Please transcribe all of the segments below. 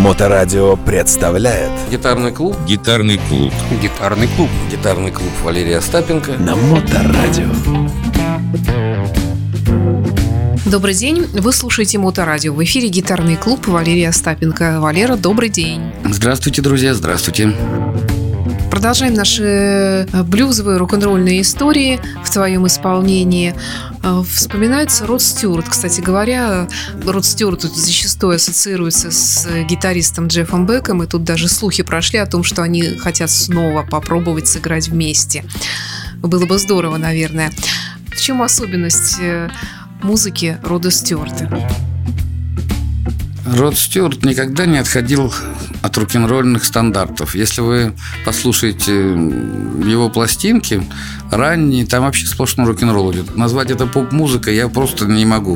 Моторадио представляет Гитарный клуб. Гитарный клуб. Гитарный клуб. Гитарный клуб Валерия Остапенко на Моторадио. Добрый день, вы слушаете Моторадио. В эфире гитарный клуб Валерия Остапенко. Валера, добрый день. Здравствуйте, друзья, здравствуйте. Продолжаем наши блюзовые рок-н-ролльные истории в твоем исполнении. Вспоминается Род Стюарт. Кстати говоря, Род Стюарт зачастую ассоциируется с гитаристом Джеффом Беком, и тут даже слухи прошли о том, что они хотят снова попробовать сыграть вместе. Было бы здорово, наверное. В чем особенность музыки Рода Стюарта? Род Стюарт никогда не отходил от рок-н-ролльных стандартов. Если вы послушаете его пластинки ранние, там вообще сплошной рок-н-ролл идет. Назвать это поп-музыкой я просто не могу.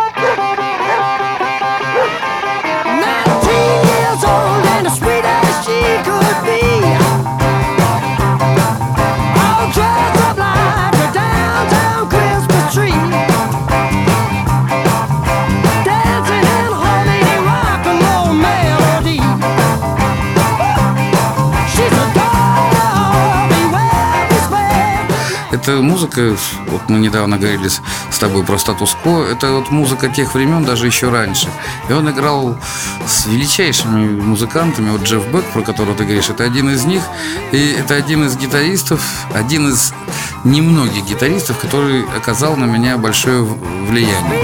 Это музыка, вот мы недавно говорили с тобой про статус-кво, это вот музыка тех времен, даже еще раньше. И он играл с величайшими музыкантами. Вот Джефф Бек, про которого ты говоришь, это один из них. И это один из гитаристов, один из немногих гитаристов, который оказал на меня большое влияние.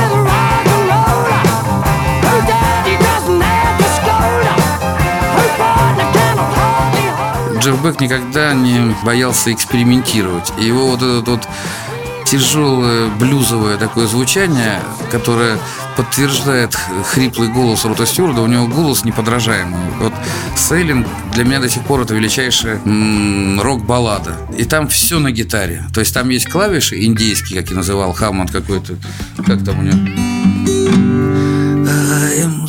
Джефф Бек никогда не боялся экспериментировать. И его вот это вот тяжелое блюзовое такое звучание, которое подтверждает хриплый голос Рода Стюарта, у него голос неподражаемый. Вот «Сейлинг» для меня до сих пор это величайшая рок-баллада. И там все на гитаре. То есть там есть клавиши индейские, как я называл, Хаммонд какой-то. Как там у него? I am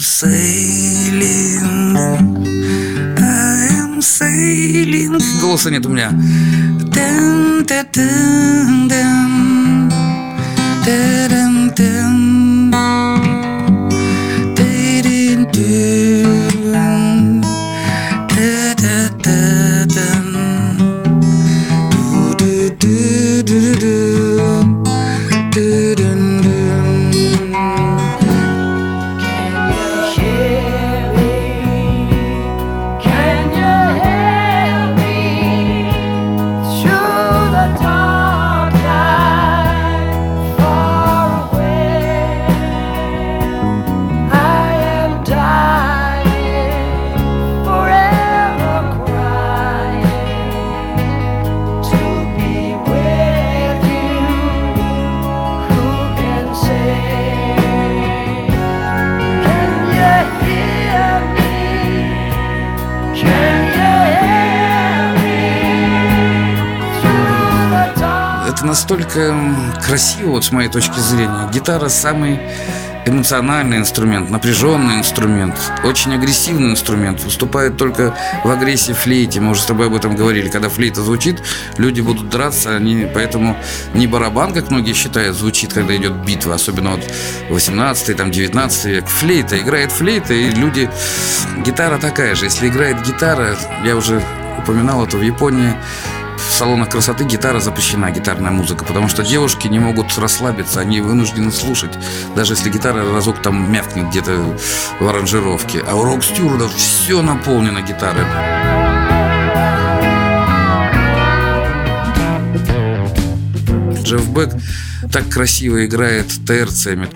sailing. Голоса нет у меня. Это настолько красиво, вот с моей точки зрения. Гитара самый эмоциональный инструмент, напряженный инструмент, очень агрессивный инструмент. Выступает только в агрессии флейте. Мы уже с тобой об этом говорили. Когда флейта звучит, люди будут драться. Поэтому не барабан, как многие считают, звучит, когда идет битва. Особенно вот 18-й, там 19 век. Флейта, играет флейта, и люди... Гитара такая же. Если играет гитара, я уже упоминал это в Японии, в салонах красоты гитара запрещена, гитарная музыка, потому что девушки не могут расслабиться, они вынуждены слушать, даже если гитара разок там мявкнет где-то в аранжировке. А у Род Стюарта все наполнено гитарой. Джефф Бек так красиво играет терциями.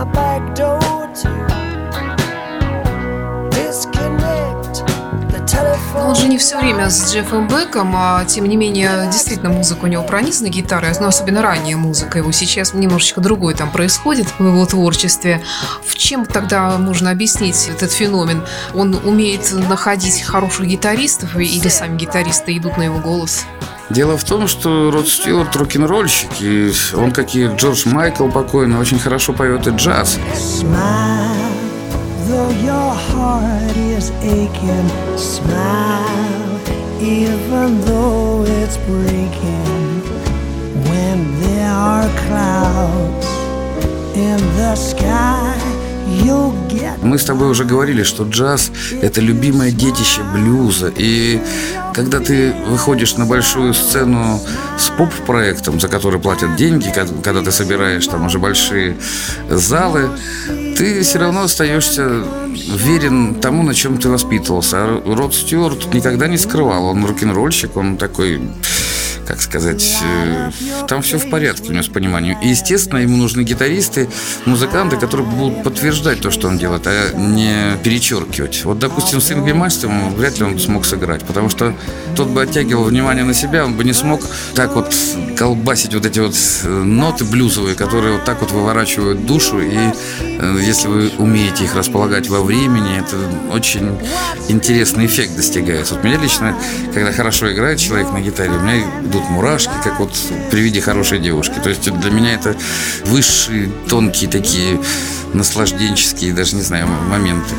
Disconnect the telephone. Он же не все время с Джеффом Беком, а тем не менее, действительно, музыка у него пронизана гитарой, но особенно ранняя музыка его. Сейчас немножечко другой там происходит в его творчестве. В чем тогда можно объяснить этот феномен? Он умеет находить хороших гитаристов или сами гитаристы идут на его голос? Дело в том, что Род Стюарт рок-н-ролльщик, и он, как и Джордж Майкл покойный, очень хорошо поет и джаз. Smile, though your heart is aching. Smile, even though it's breaking. When there are clouds in the sky, you'll get. Мы с тобой уже говорили, что джаз – это любимое детище блюза. И когда ты выходишь на большую сцену с поп-проектом, за который платят деньги, когда ты собираешь там уже большие залы, ты все равно остаешься верен тому, на чем ты воспитывался. А Род Стюарт никогда не скрывал. Он рок-н-ролльщик, он такой, как сказать, там все в порядке у него с пониманием. И, естественно, ему нужны гитаристы, музыканты, которые будут подтверждать то, что он делает, а не перечеркивать. Вот, допустим, с Ингви Мальмстрёмом вряд ли он смог сыграть, потому что тот бы оттягивал внимание на себя, он бы не смог так вот колбасить вот эти вот ноты блюзовые, которые вот так вот выворачивают душу. И если вы умеете их располагать во времени, это очень интересный эффект достигается. Вот меня лично, когда хорошо играет человек на гитаре, у меня идут мурашки, как вот при виде хорошей девушки. То есть для меня это высшие, тонкие такие наслажденческие, даже не знаю, моменты.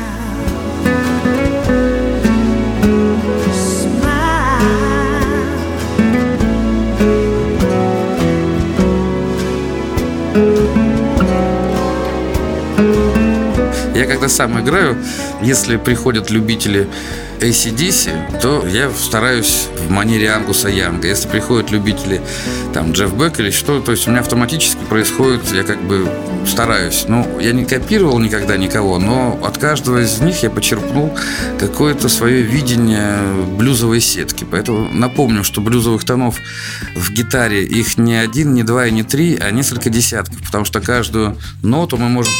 Я когда сам играю, если приходят любители AC/DC, то я стараюсь в манере Ангуса Янга. Если приходят любители там Джефф Бек или что, то есть у меня автоматически происходит, я как бы стараюсь. Ну, я не копировал никогда никого, но от каждого из них я почерпнул какое-то свое видение блюзовой сетки. Поэтому напомню, что блюзовых тонов в гитаре их не один, не два и не три, а несколько десятков, потому что каждую ноту мы можем...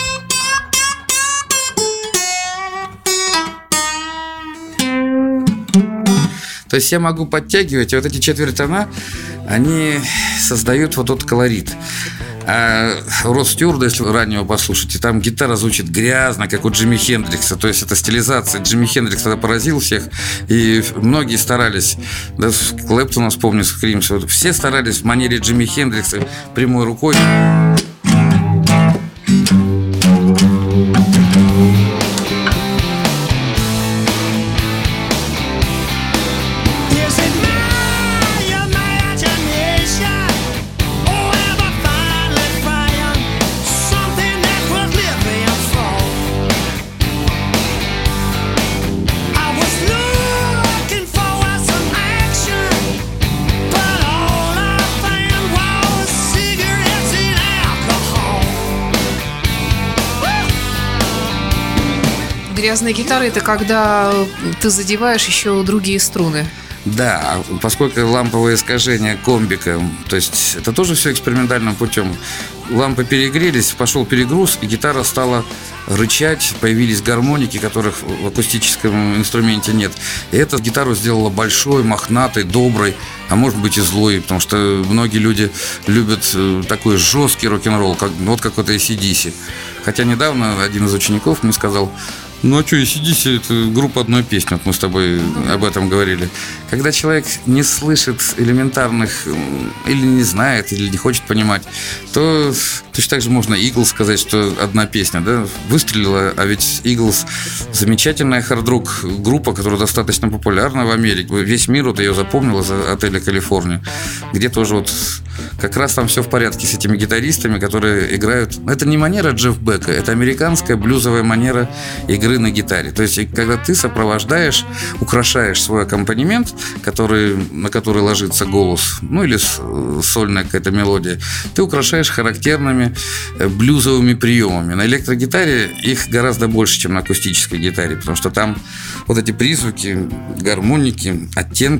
То есть я могу подтягивать, и вот эти четвертона, они создают вот тот колорит. А Род Стюарда, если вы раннего послушаете, там гитара звучит грязно, как у Джимми Хендрикса. То есть это стилизация. Джимми Хендрикс тогда поразил всех. И многие старались, да, Клэптона вспомню, Скримс, вот, все старались в манере Джимми Хендрикса прямой рукой. Грязная гитара — это когда ты задеваешь еще другие струны. Да, поскольку ламповое искажение комбика, то есть это тоже все экспериментальным путем. Лампы перегрелись, пошел перегруз, и гитара стала рычать, появились гармоники, которых в акустическом инструменте нет. И это гитару сделало большой, мохнатой, доброй, а может быть и злой, потому что многие люди любят такой жесткий рок-н-ролл, вот как вот AC/DC. Хотя недавно один из учеников мне сказал: ну а что, AC/DC — это группа одной песни, вот мы с тобой об этом говорили. Когда человек не слышит элементарных, или не знает, или не хочет понимать, то точно так же можно Eagles сказать, что одна песня, да, выстрелила, а ведь Eagles замечательная хард-рок группа, которая достаточно популярна в Америке. Весь мир вот ее запомнил из отеля «Калифорния», где тоже вот как раз там все в порядке с этими гитаристами, которые играют. Это не манера Джефф Бека, это американская блюзовая манера игры на гитаре. То есть, когда ты сопровождаешь, украшаешь свой аккомпанемент, на который ложится голос, ну или сольная какая-то мелодия, ты украшаешь характерными блюзовыми приемами. На электрогитаре их гораздо больше, чем на акустической гитаре, потому что там вот эти призвуки, гармоники, оттенки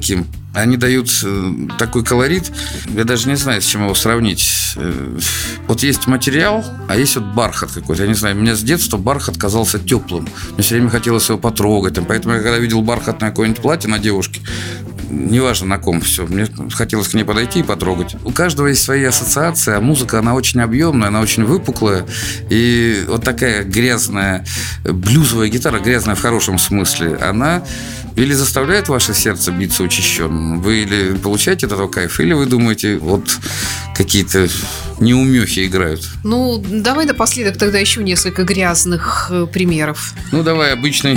Они дают такой колорит, я даже не знаю, с чем его сравнить. Вот есть материал, а есть вот бархат какой-то. Я не знаю, у меня с детства бархат казался теплым. Мне все время хотелось его потрогать. Поэтому я когда видел бархатное какое-нибудь платье на девушке, неважно на ком, все, мне хотелось к ней подойти и потрогать. У каждого есть свои ассоциации, а музыка, она очень объемная, она очень выпуклая. И вот такая грязная блюзовая гитара, грязная в хорошем смысле, она или заставляет ваше сердце биться учащенно, вы или получаете от этого кайф, или вы думаете, вот какие-то неумехи играют. Ну, давай напоследок тогда еще несколько грязных примеров. Ну, давай обычный.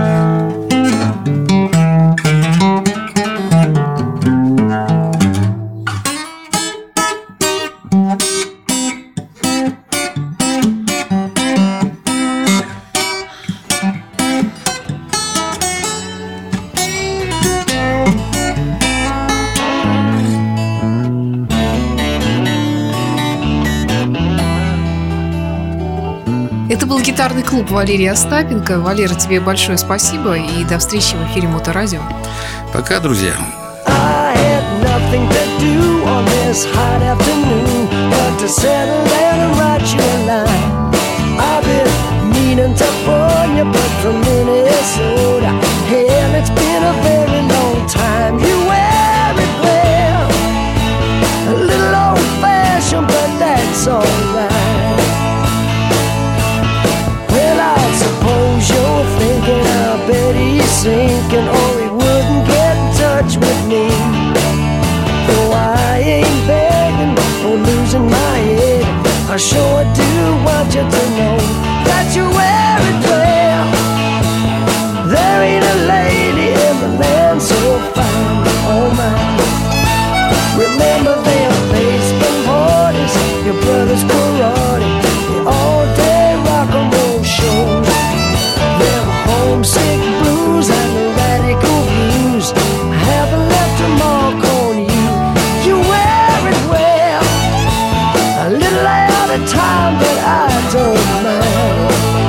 Это был гитарный клуб Валерия Остапенко. Валера, тебе большое спасибо и до встречи в эфире Моторадио. Пока, друзья. I had nothing to do on this hot afternoon but to settle down and write you a line. I've been meaning to phone you, but from Minnesota, hell, it's been a very long time. You wear it well, a little old-fashioned, but that's alright. Well, I suppose you're thinking, I bet he's sinking, or he wouldn't get in touch with me. Though I ain't begging or losing my head, I sure do want you to know that you wear it well. There ain't a lady in the land so fine, oh my. Remember them baseball parties, your brother's karate, the all-day rock and roll shows, them homesick blues and the radical views haven't left a mark on you. You wear it well, a little out of time, but I don't mind.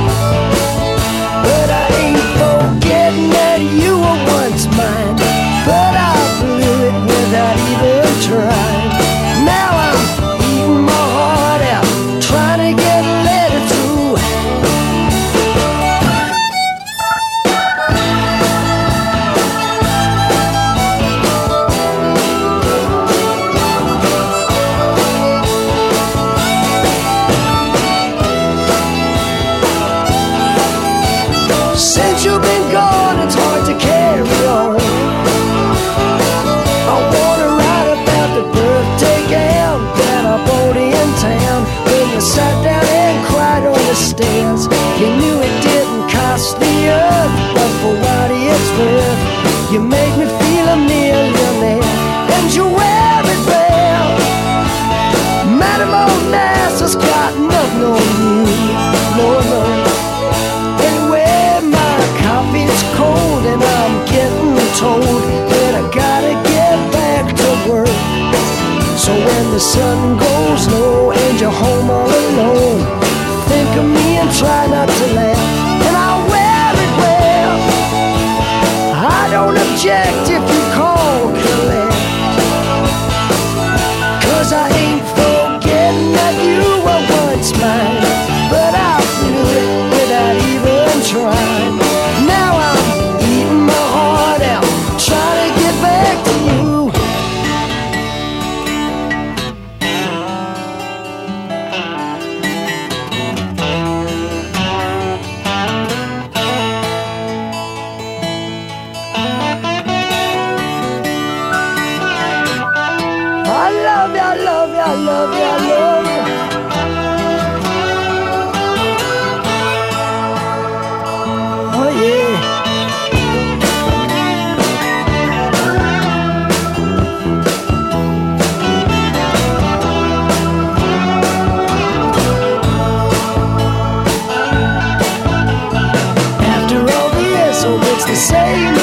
But I ain't forgetting that you were once mine, but I blew it without even trying. Now I'm eating my heart out, trying to get a letter through. Since you've been gone, it's hard to carry on. I wanna write about the birthday gown that I bought in town. When you sat down and cried on the stairs, you knew it didn't cost the earth, but for what it's worth, you make me feel a millionaire, and you wear it well. Madam Onassis got nothing on you, no, no. Anyway, my coffee's cold and I'm getting told that I gotta get back to work. So when the sun goes low and you're home all alone, think of me and try not to laugh, and I'll wear it well. I don't object if you call collect, 'cause I ain't forgetting that you were once mine, but I blew it without even trying. Now I'm eating my heart out, trying to get back to you. I love you, I love you, I love you, I love you. Oh yeah. After all the years, so it's the same